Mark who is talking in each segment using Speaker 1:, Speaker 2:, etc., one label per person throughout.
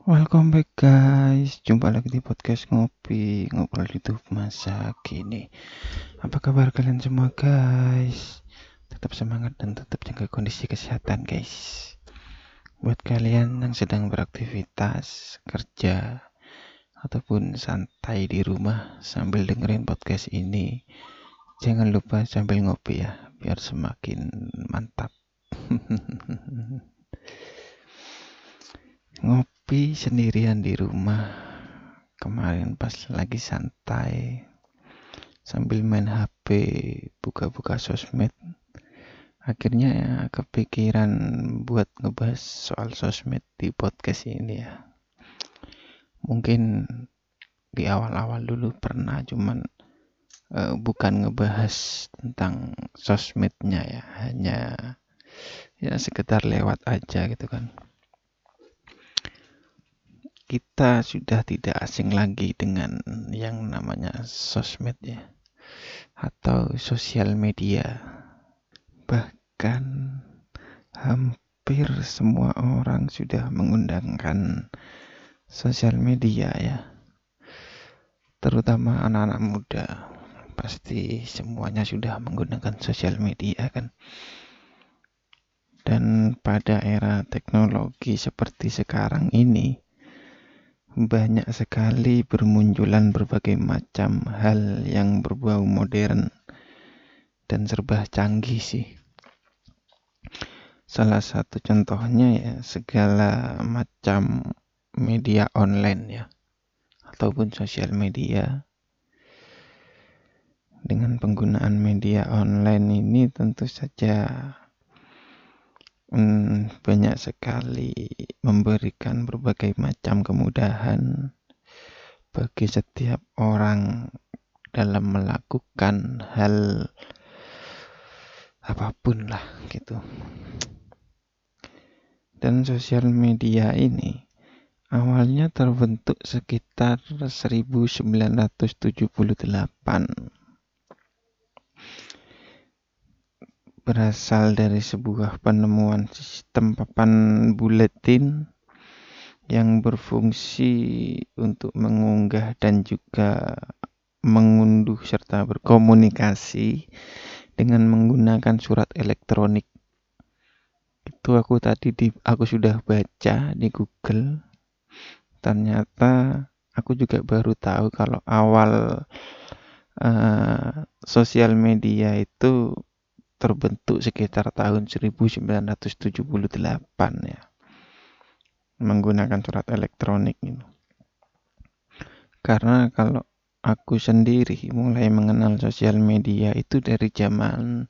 Speaker 1: Welcome back guys, jumpa lagi di podcast ngobrol hidup masa kini. Apa kabar kalian semua guys? Tetap semangat dan tetap jaga kondisi kesehatan guys. Buat kalian yang sedang beraktivitas, kerja, ataupun santai di rumah sambil dengerin podcast ini, jangan lupa sambil ngopi ya, biar semakin mantap. Ngopi sendirian di rumah kemarin pas lagi santai sambil main HP, buka-buka sosmed, akhirnya ya kepikiran buat ngebahas soal sosmed di podcast ini ya. Mungkin di awal-awal dulu pernah, cuman bukan ngebahas tentang sosmednya ya, hanya ya sekedar lewat aja gitu kan. Kita sudah tidak asing lagi dengan yang namanya sosmed ya, atau sosial media. Bahkan hampir semua orang sudah menggunakan sosial media ya, terutama anak-anak muda. Pasti semuanya sudah menggunakan sosial media kan. Dan pada era teknologi seperti sekarang ini, banyak sekali bermunculan berbagai macam hal yang berbau modern dan serba canggih sih. Salah satu contohnya ya segala macam media online ya, ataupun sosial media. Dengan penggunaan media online ini tentu saja banyak sekali memberikan berbagai macam kemudahan bagi setiap orang dalam melakukan hal apapun lah gitu. Dan sosial media ini awalnya terbentuk sekitar 1978. Berasal dari sebuah penemuan sistem papan buletin yang berfungsi untuk mengunggah dan juga mengunduh serta berkomunikasi dengan menggunakan surat elektronik. Itu aku sudah baca di Google. Ternyata aku juga baru tahu kalau awal sosial media itu terbentuk sekitar tahun 1978 ya, menggunakan surat elektronik itu. Karena kalau aku sendiri mulai mengenal sosial media itu dari zaman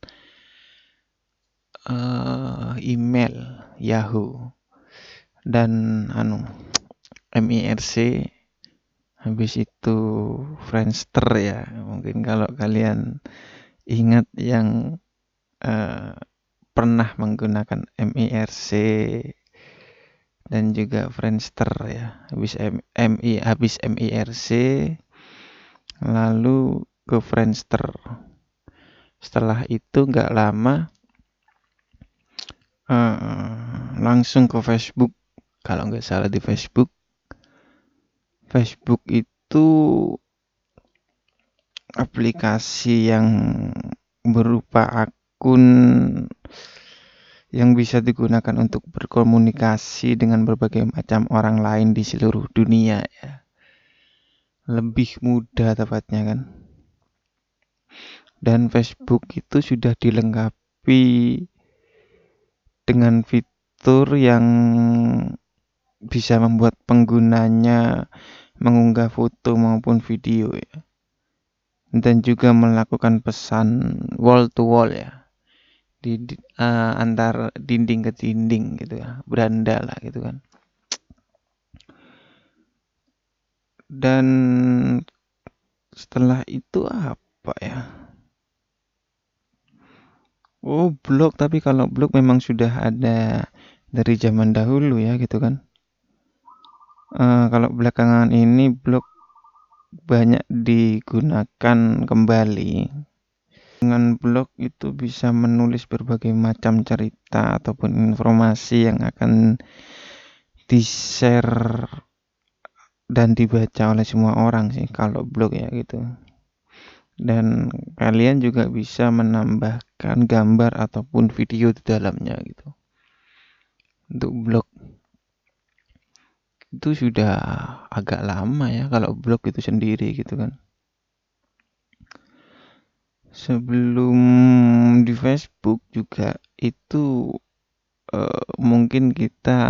Speaker 1: email Yahoo dan MIRC, habis itu Friendster ya. Mungkin kalau kalian ingat yang pernah menggunakan MIRC dan juga Friendster ya. Habis MIRC lalu ke Friendster. Setelah itu nggak lama langsung ke Facebook. Kalau nggak salah di Facebook itu aplikasi yang berupa akun yang bisa digunakan untuk berkomunikasi dengan berbagai macam orang lain di seluruh dunia ya. Lebih mudah tepatnya kan. Dan Facebook itu sudah dilengkapi dengan fitur yang bisa membuat penggunanya mengunggah foto maupun video ya. Dan juga melakukan pesan wall to wall ya. Antar dinding ke dinding gitu ya, beranda lah gitu kan. Dan setelah itu apa ya? Blog, tapi kalau blog memang sudah ada dari zaman dahulu ya gitu kan. Kalau belakangan ini blog banyak digunakan kembali. Dengan blog itu bisa menulis berbagai macam cerita ataupun informasi yang akan di-share dan dibaca oleh semua orang sih kalau blog ya gitu. Dan kalian juga bisa menambahkan gambar ataupun video di dalamnya gitu. Untuk blog itu sudah agak lama ya kalau blog itu sendiri gitu kan. Sebelum di Facebook juga itu mungkin kita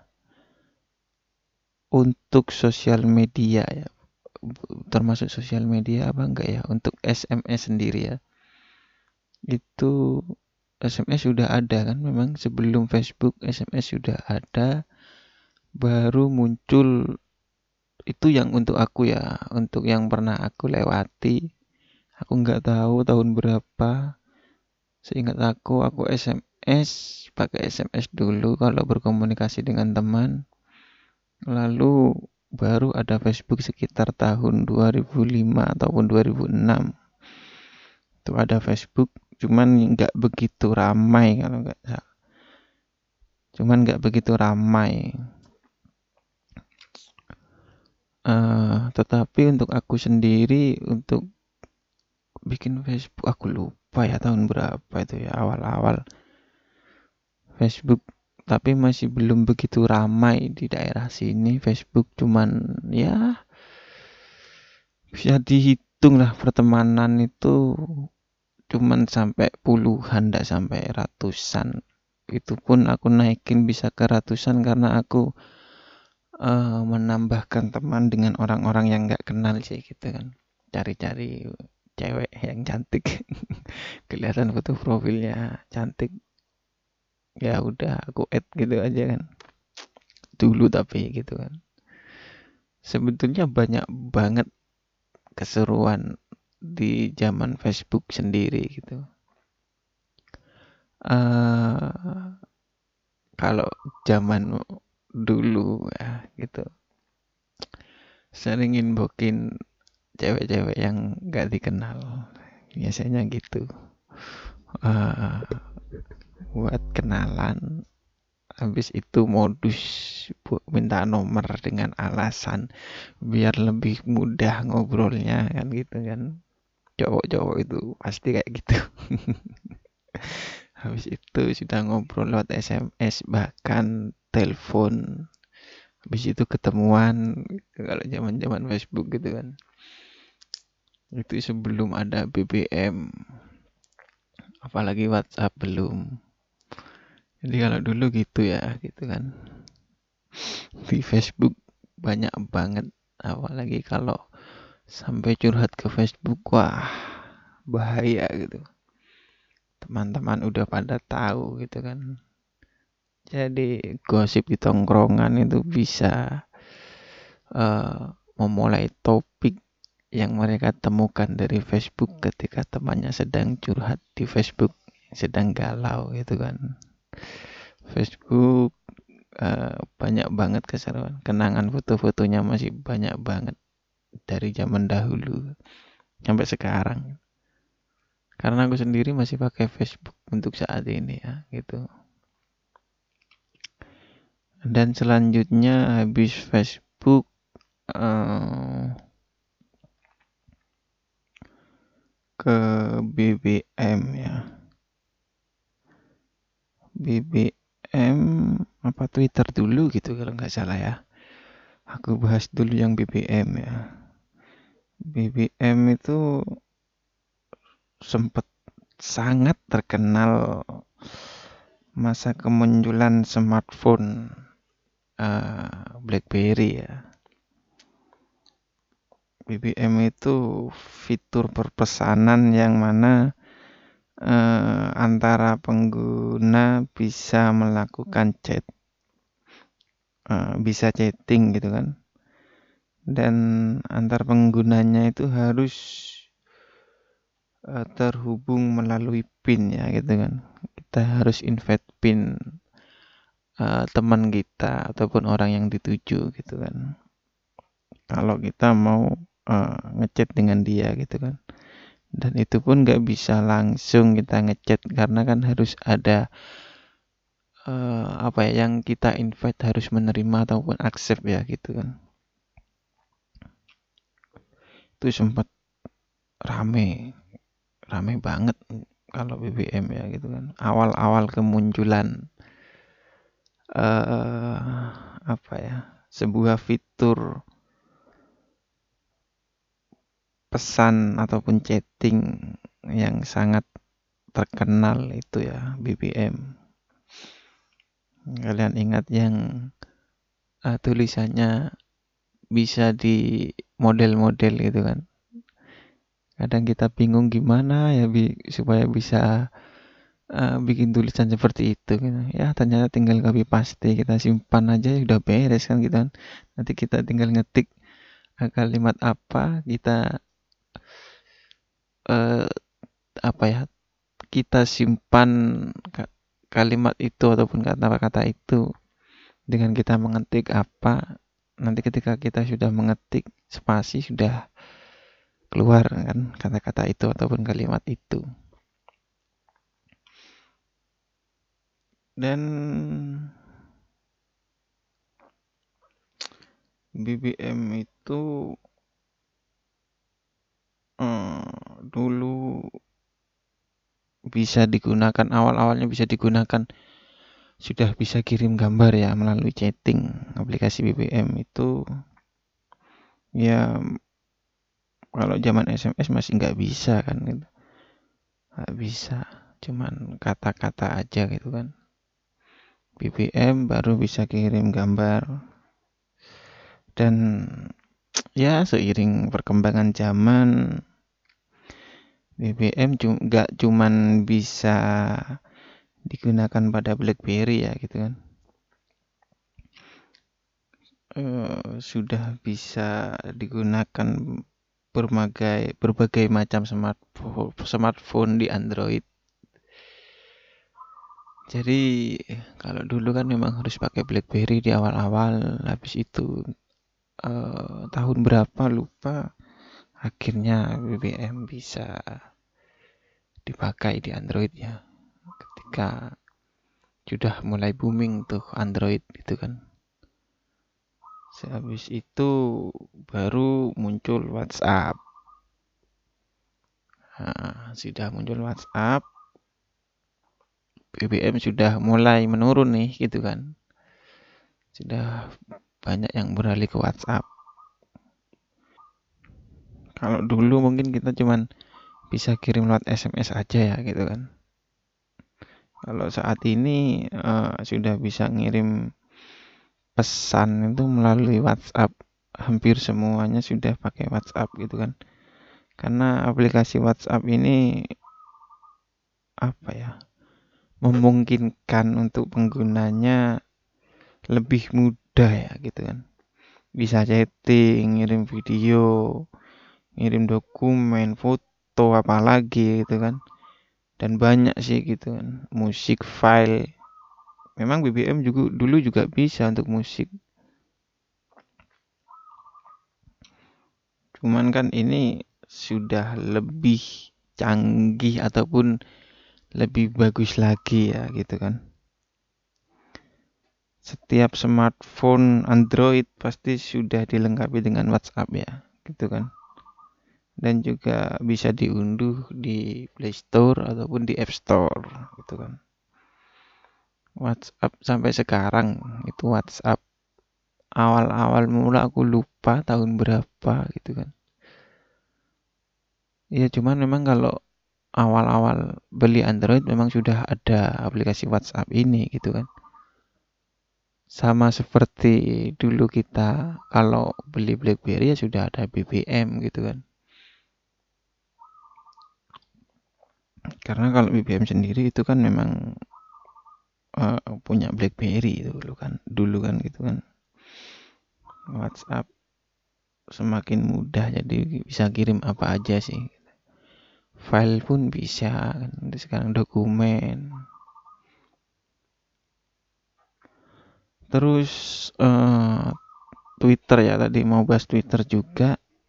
Speaker 1: untuk sosial media ya, termasuk sosial media apa enggak ya, untuk SMS sendiri ya, itu SMS sudah ada kan, memang sebelum Facebook SMS sudah ada, baru muncul itu yang untuk aku ya, untuk yang pernah aku lewati. Aku nggak tahu tahun berapa. Seingat aku SMS, pakai SMS dulu kalau berkomunikasi dengan teman. Lalu baru ada Facebook sekitar tahun 2005 ataupun 2006. Itu ada Facebook, cuman nggak begitu ramai kalau nggak salah. Cuman nggak begitu ramai. Tetapi untuk aku sendiri, untuk bikin Facebook, aku lupa ya tahun berapa itu ya, awal-awal Facebook. Tapi masih belum begitu ramai di daerah sini Facebook, cuman ya bisa dihitung lah, pertemanan itu cuman sampai puluhan, ndak sampai ratusan. Itu pun aku naikin bisa ke ratusan karena aku menambahkan teman dengan orang-orang yang nggak kenal sih gitu kan. Cari-cari cewek yang cantik, kelihatan foto profilnya cantik, ya udah aku add gitu aja kan. Dulu tapi gitu kan. Sebetulnya banyak banget keseruan di zaman Facebook sendiri gitu. eh Kalau zaman dulu ya gitu, sering inboxin cewek-cewek yang nggak dikenal, biasanya gitu. eh Buat kenalan, habis itu modus buat minta nomor dengan alasan biar lebih mudah ngobrolnya kan gitu kan. Cowok-cowok itu pasti kayak gitu. Habis itu sudah ngobrol lewat SMS, bahkan telepon. Habis itu ketemuan gitu, kalau zaman-zaman Facebook gitu kan. Itu sebelum ada BBM, apalagi WhatsApp belum. Jadi kalau dulu gitu ya, gitu kan. Di Facebook banyak banget, apalagi kalau sampai curhat ke Facebook, wah bahaya gitu. Teman-teman udah pada tahu gitu kan. Jadi gosip di tongkrongan itu bisa memulai topik yang mereka temukan dari Facebook ketika temannya sedang curhat di Facebook, sedang galau gitu kan. Facebook banyak banget keseruan, kenangan foto-fotonya masih banyak banget dari zaman dahulu sampai sekarang. Karena aku sendiri masih pakai Facebook untuk saat ini ya gitu. Dan selanjutnya habis Facebook ke BBM ya. BBM apa Twitter dulu gitu kalau nggak salah ya. Aku bahas dulu yang BBM ya. BBM itu sempat sangat terkenal masa kemunculan smartphone BlackBerry ya. BBM itu fitur perpesanan yang mana antara pengguna bisa melakukan chat, bisa chatting gitu kan. Dan antar penggunanya itu harus terhubung melalui PIN ya gitu kan. Kita harus invite PIN teman kita ataupun orang yang dituju gitu kan. Kalau kita mau ngechat dengan dia gitu kan. Dan itu pun nggak bisa langsung kita ngechat karena kan harus ada apa ya, yang kita invite harus menerima ataupun accept ya gitu kan. itu sempat rame banget kalau BBM ya gitu kan. Awal-awal kemunculan apa ya, sebuah fitur pesan ataupun chatting yang sangat terkenal itu ya BBM. Kalian ingat yang tulisannya bisa di model-model gitu kan. Kadang kita bingung gimana ya supaya bisa bikin tulisan seperti itu gitu. Ya ternyata tinggal copy paste, kita simpan aja udah beres kan gitu kan. Nanti kita tinggal ngetik kalimat apa, kita eh, apa ya, kita simpan kalimat itu ataupun kata-kata itu dengan kita mengetik apa. Nanti ketika kita sudah mengetik spasi, sudah keluar kan kata-kata itu ataupun kalimat itu. Dan BBM itu dulu bisa digunakan, awal-awalnya bisa digunakan, sudah bisa kirim gambar ya melalui chatting. Aplikasi BBM itu ya kalau zaman SMS masih nggak bisa kan gitu. Nggak bisa, cuman kata-kata aja gitu kan. BBM baru bisa kirim gambar. Dan ya seiring perkembangan zaman, BBM nggak cuman bisa digunakan pada BlackBerry ya gitu kan. Sudah bisa digunakan berbagai macam smartphone di Android. Jadi kalau dulu kan memang harus pakai BlackBerry di awal-awal, habis itu tahun berapa lupa, akhirnya BBM bisa dipakai di Android ya. Ketika sudah mulai booming tuh Android gitu kan. Habis itu baru muncul WhatsApp. Nah, sudah muncul WhatsApp, BBM sudah mulai menurun nih gitu kan. Sudah banyak yang beralih ke WhatsApp. Kalau dulu mungkin kita cuman bisa kirim lewat SMS aja ya gitu kan. Kalau saat ini sudah bisa ngirim pesan itu melalui WhatsApp. Hampir semuanya sudah pakai WhatsApp gitu kan. Karena aplikasi WhatsApp ini apa ya, memungkinkan untuk penggunanya lebih mudah ya gitu kan. Bisa chatting, ngirim video, ngirim dokumen, foto, apalagi gitu kan. Dan banyak sih gitu kan. Musik, file. Memang BBM juga dulu juga bisa untuk musik. Cuman kan ini sudah lebih canggih ataupun lebih bagus lagi ya gitu kan. Setiap smartphone Android pasti sudah dilengkapi dengan WhatsApp ya, gitu kan. Dan juga bisa diunduh di Play Store ataupun di App Store, gitu kan. WhatsApp sampai sekarang itu WhatsApp. Awal-awal mula aku lupa tahun berapa gitu kan. Ya cuman memang kalau awal-awal beli Android memang sudah ada aplikasi WhatsApp ini gitu kan. Sama seperti dulu kita kalau beli BlackBerry ya sudah ada BBM gitu kan. Karena kalau BBM sendiri itu kan memang punya BlackBerry itu dulu kan gitu kan. WhatsApp semakin mudah, jadi bisa kirim apa aja sih. File pun bisa kan. Sekarang dokumen. Terus Twitter ya, tadi mau bahas Twitter juga.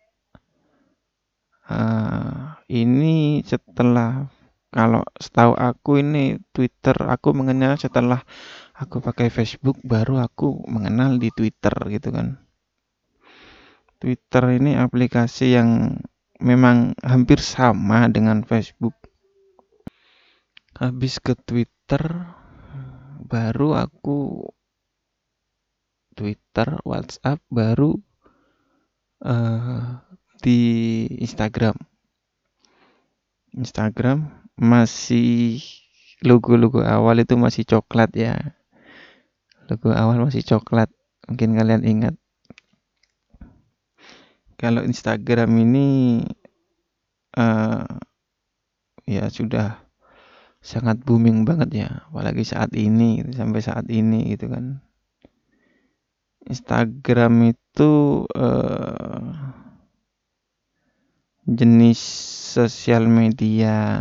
Speaker 1: Ini setelah, kalau setahu aku ini Twitter aku mengenal setelah aku pakai Facebook, baru aku mengenal di Twitter gitu kan. Twitter ini aplikasi yang memang hampir sama dengan Facebook. Habis ke Twitter, baru aku Twitter, WhatsApp, baru di Instagram. Instagram masih logo-logo awal itu masih coklat ya. Logo awal masih coklat. Mungkin kalian ingat. Kalau Instagram ini ya sudah sangat booming banget ya, apalagi saat ini gitu, sampai saat ini gitu kan. Instagram itu jenis sosial media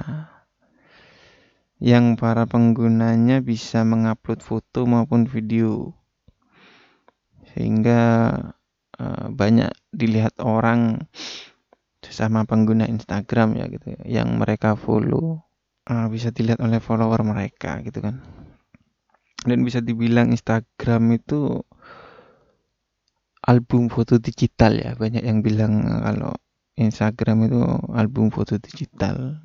Speaker 1: yang para penggunanya bisa mengupload foto maupun video, sehingga banyak dilihat orang sesama pengguna Instagram ya gitu, yang mereka follow, bisa dilihat oleh follower mereka gitu kan. Dan bisa dibilang Instagram itu album foto digital ya, banyak yang bilang kalau Instagram itu album foto digital.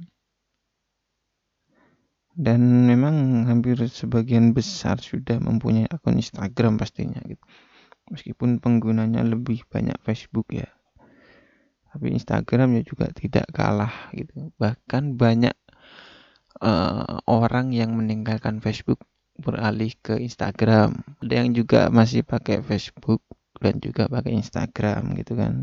Speaker 1: Dan memang hampir sebagian besar sudah mempunyai akun Instagram pastinya gitu. Meskipun penggunanya lebih banyak Facebook ya, tapi Instagram ya juga tidak kalah gitu. Bahkan banyak orang yang meninggalkan Facebook beralih ke Instagram. Ada yang juga masih pakai Facebook dan juga pakai Instagram gitu kan.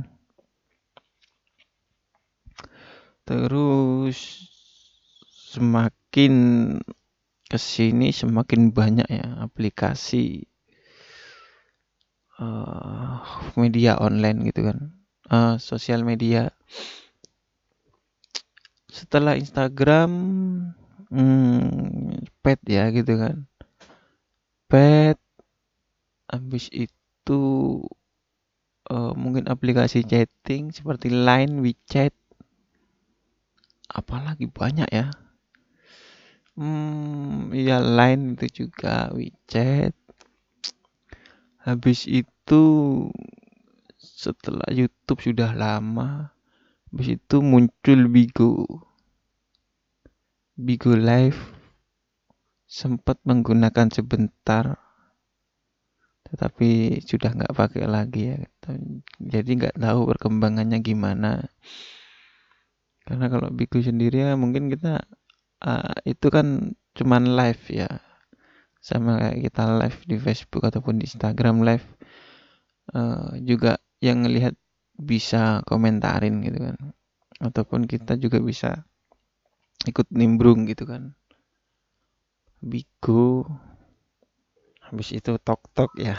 Speaker 1: Terus semakin kesini semakin banyak ya aplikasi media online gitu kan, sosial media. Setelah Instagram, pet ya gitu kan, pet. Habis itu mungkin aplikasi chatting seperti Line, WeChat, apalagi banyak ya. Ya Line itu juga, WeChat. Habis itu setelah YouTube sudah lama, habis itu muncul Bigo Live, sempat menggunakan sebentar, tetapi sudah nggak pakai lagi ya. Jadi nggak tahu perkembangannya gimana. Karena kalau Bigo sendiri ya mungkin kita itu kan cuman live ya, sama kayak kita live di Facebook ataupun di Instagram live, juga yang ngelihat bisa komentarin gitu kan, ataupun kita juga bisa ikut nimbrung gitu kan. Bigo, habis itu TokTok ya.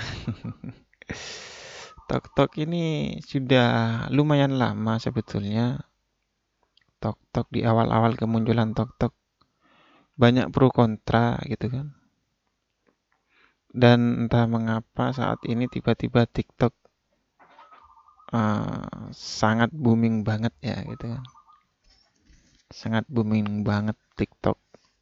Speaker 1: TokTok ini sudah lumayan lama sebetulnya. TokTok di awal-awal kemunculan TokTok banyak pro kontra gitu kan. Dan entah mengapa saat ini tiba-tiba TikTok sangat booming banget ya gitu kan. Sangat booming banget TikTok.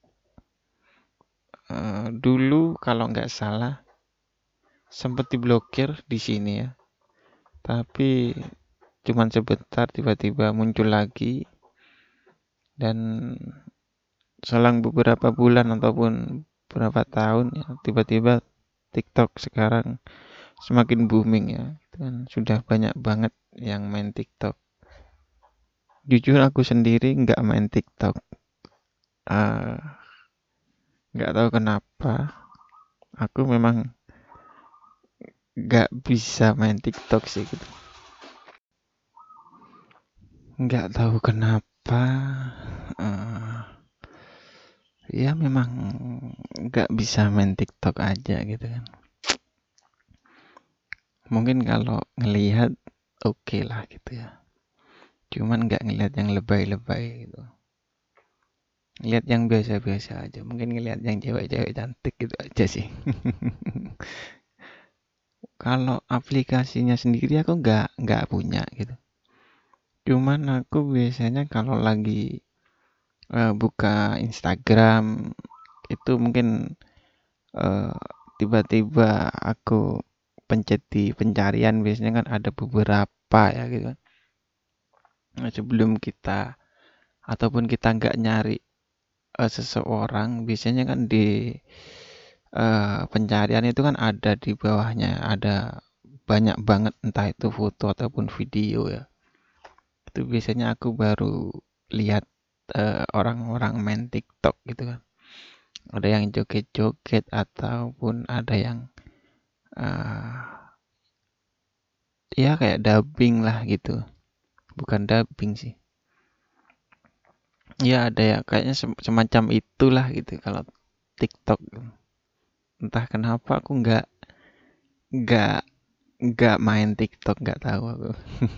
Speaker 1: Dulu kalau nggak salah sempat diblokir di sini ya. Tapi cuman sebentar tiba-tiba muncul lagi, dan selang beberapa bulan ataupun beberapa tahun ya tiba-tiba TikTok sekarang semakin booming ya gitu kan. Sudah banyak banget yang main TikTok. Jujur aku sendiri nggak main TikTok, nggak tahu kenapa aku memang nggak bisa main TikTok sih gitu. Nggak tahu kenapa, ya memang nggak bisa main TikTok aja gitu kan. Mungkin kalau ngelihat oke lah gitu ya, cuman nggak ngelihat yang lebay-lebay gitu. Lihat yang biasa-biasa aja, mungkin ngelihat yang cewek-cewek cantik gitu aja sih. Kalau aplikasinya sendiri aku nggak punya gitu. Cuman aku biasanya kalau lagi buka Instagram itu mungkin eh, tiba-tiba aku pencet di pencarian, biasanya kan ada beberapa apa ya gitu kan. Nah, sebelum kita ataupun kita nggak nyari seseorang, biasanya kan di pencarian itu kan ada di bawahnya, ada banyak banget entah itu foto ataupun video ya. Itu biasanya aku baru lihat orang-orang main TikTok gitu kan. Ada yang joget-joget ataupun ada yang eh, ya kayak dubbing lah gitu. Bukan dubbing sih. Ya ada ya kayaknya semacam itulah gitu kalau TikTok. Entah kenapa aku nggak nggak main TikTok, nggak tahu aku.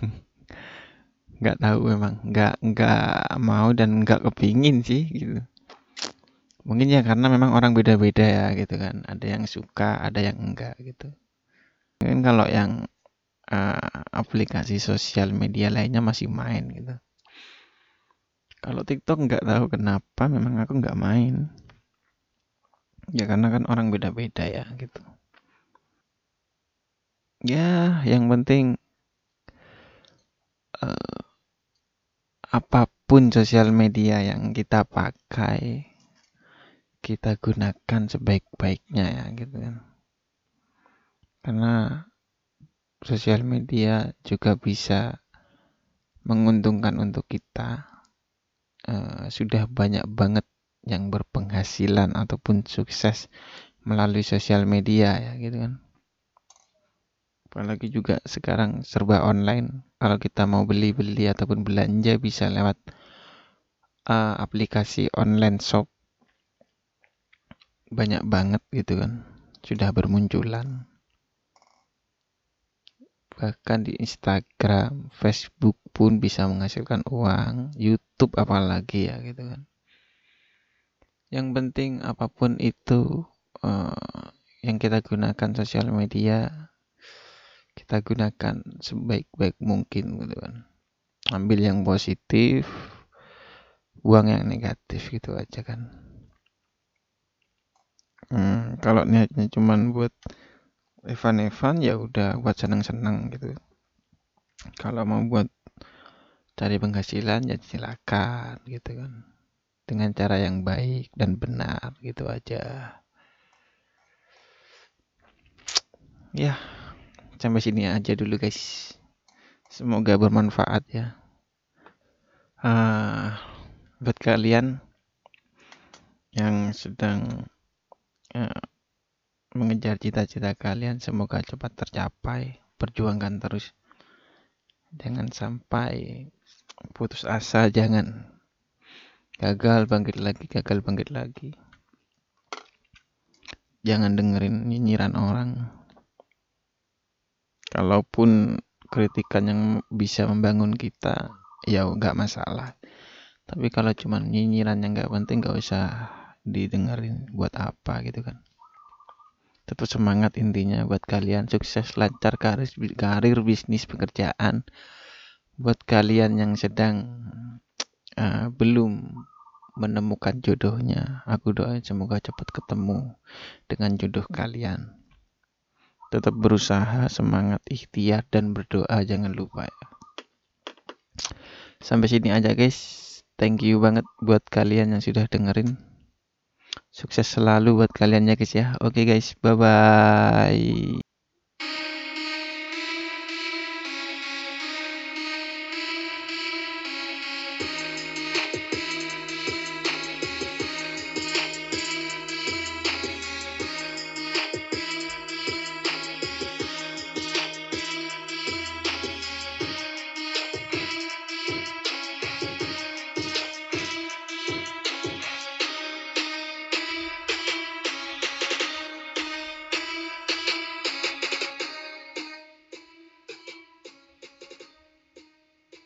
Speaker 1: Nggak tahu memang, nggak mau dan nggak kepingin sih gitu. Mungkin ya karena memang orang beda-beda ya gitu kan. Ada yang suka, ada yang enggak gitu. Mungkin kalau yang aplikasi sosial media lainnya masih main gitu. Kalau TikTok nggak tahu kenapa memang aku nggak main. Ya karena kan orang beda-beda ya gitu. Ya yang penting eh, apapun sosial media yang kita pakai, kita gunakan sebaik-baiknya ya gitu kan. Karena sosial media juga bisa menguntungkan untuk kita. Sudah banyak banget yang berpenghasilan ataupun sukses melalui sosial media ya gitu kan. Apalagi juga sekarang serba online. Kalau kita mau beli-beli ataupun belanja bisa lewat aplikasi online shop. Banyak banget gitu kan. Sudah bermunculan. Bahkan di Instagram, Facebook pun bisa menghasilkan uang. YouTube apalagi ya gitu kan. Yang penting apapun itu yang kita gunakan sosial media, kita gunakan sebaik-baik mungkin gitu kan. Ambil yang positif, buang yang negatif gitu aja kan. Kalau niatnya cuman buat evan-evan ya udah buat seneng-seneng gitu. Kalau mau buat cari penghasilan ya silakan gitu kan. Dengan cara yang baik dan benar gitu aja. Ya, sampai sini aja dulu guys. Semoga bermanfaat ya. Buat kalian yang sedang eh, mengejar cita-cita kalian, semoga cepat tercapai. Perjuangkan terus. Jangan sampai putus asa, jangan. Gagal bangkit lagi, gagal bangkit lagi. Jangan dengerin nyinyiran orang. Kalaupun kritikan yang bisa membangun kita, ya nggak masalah. Tapi kalau cuma nyinyiran yang nggak penting, nggak usah didengerin. Buat apa gitu kan? Tetap semangat intinya buat kalian. Sukses lancar karir bisnis pekerjaan. Buat kalian yang sedang belum menemukan jodohnya, aku doain semoga cepat ketemu dengan jodoh kalian. Tetap berusaha, semangat, ikhtiar, dan berdoa jangan lupa ya. Sampai sini aja guys. Thank you banget buat kalian yang sudah dengerin. Sukses selalu buat kalian ya guys ya. Oke guys, bye-bye.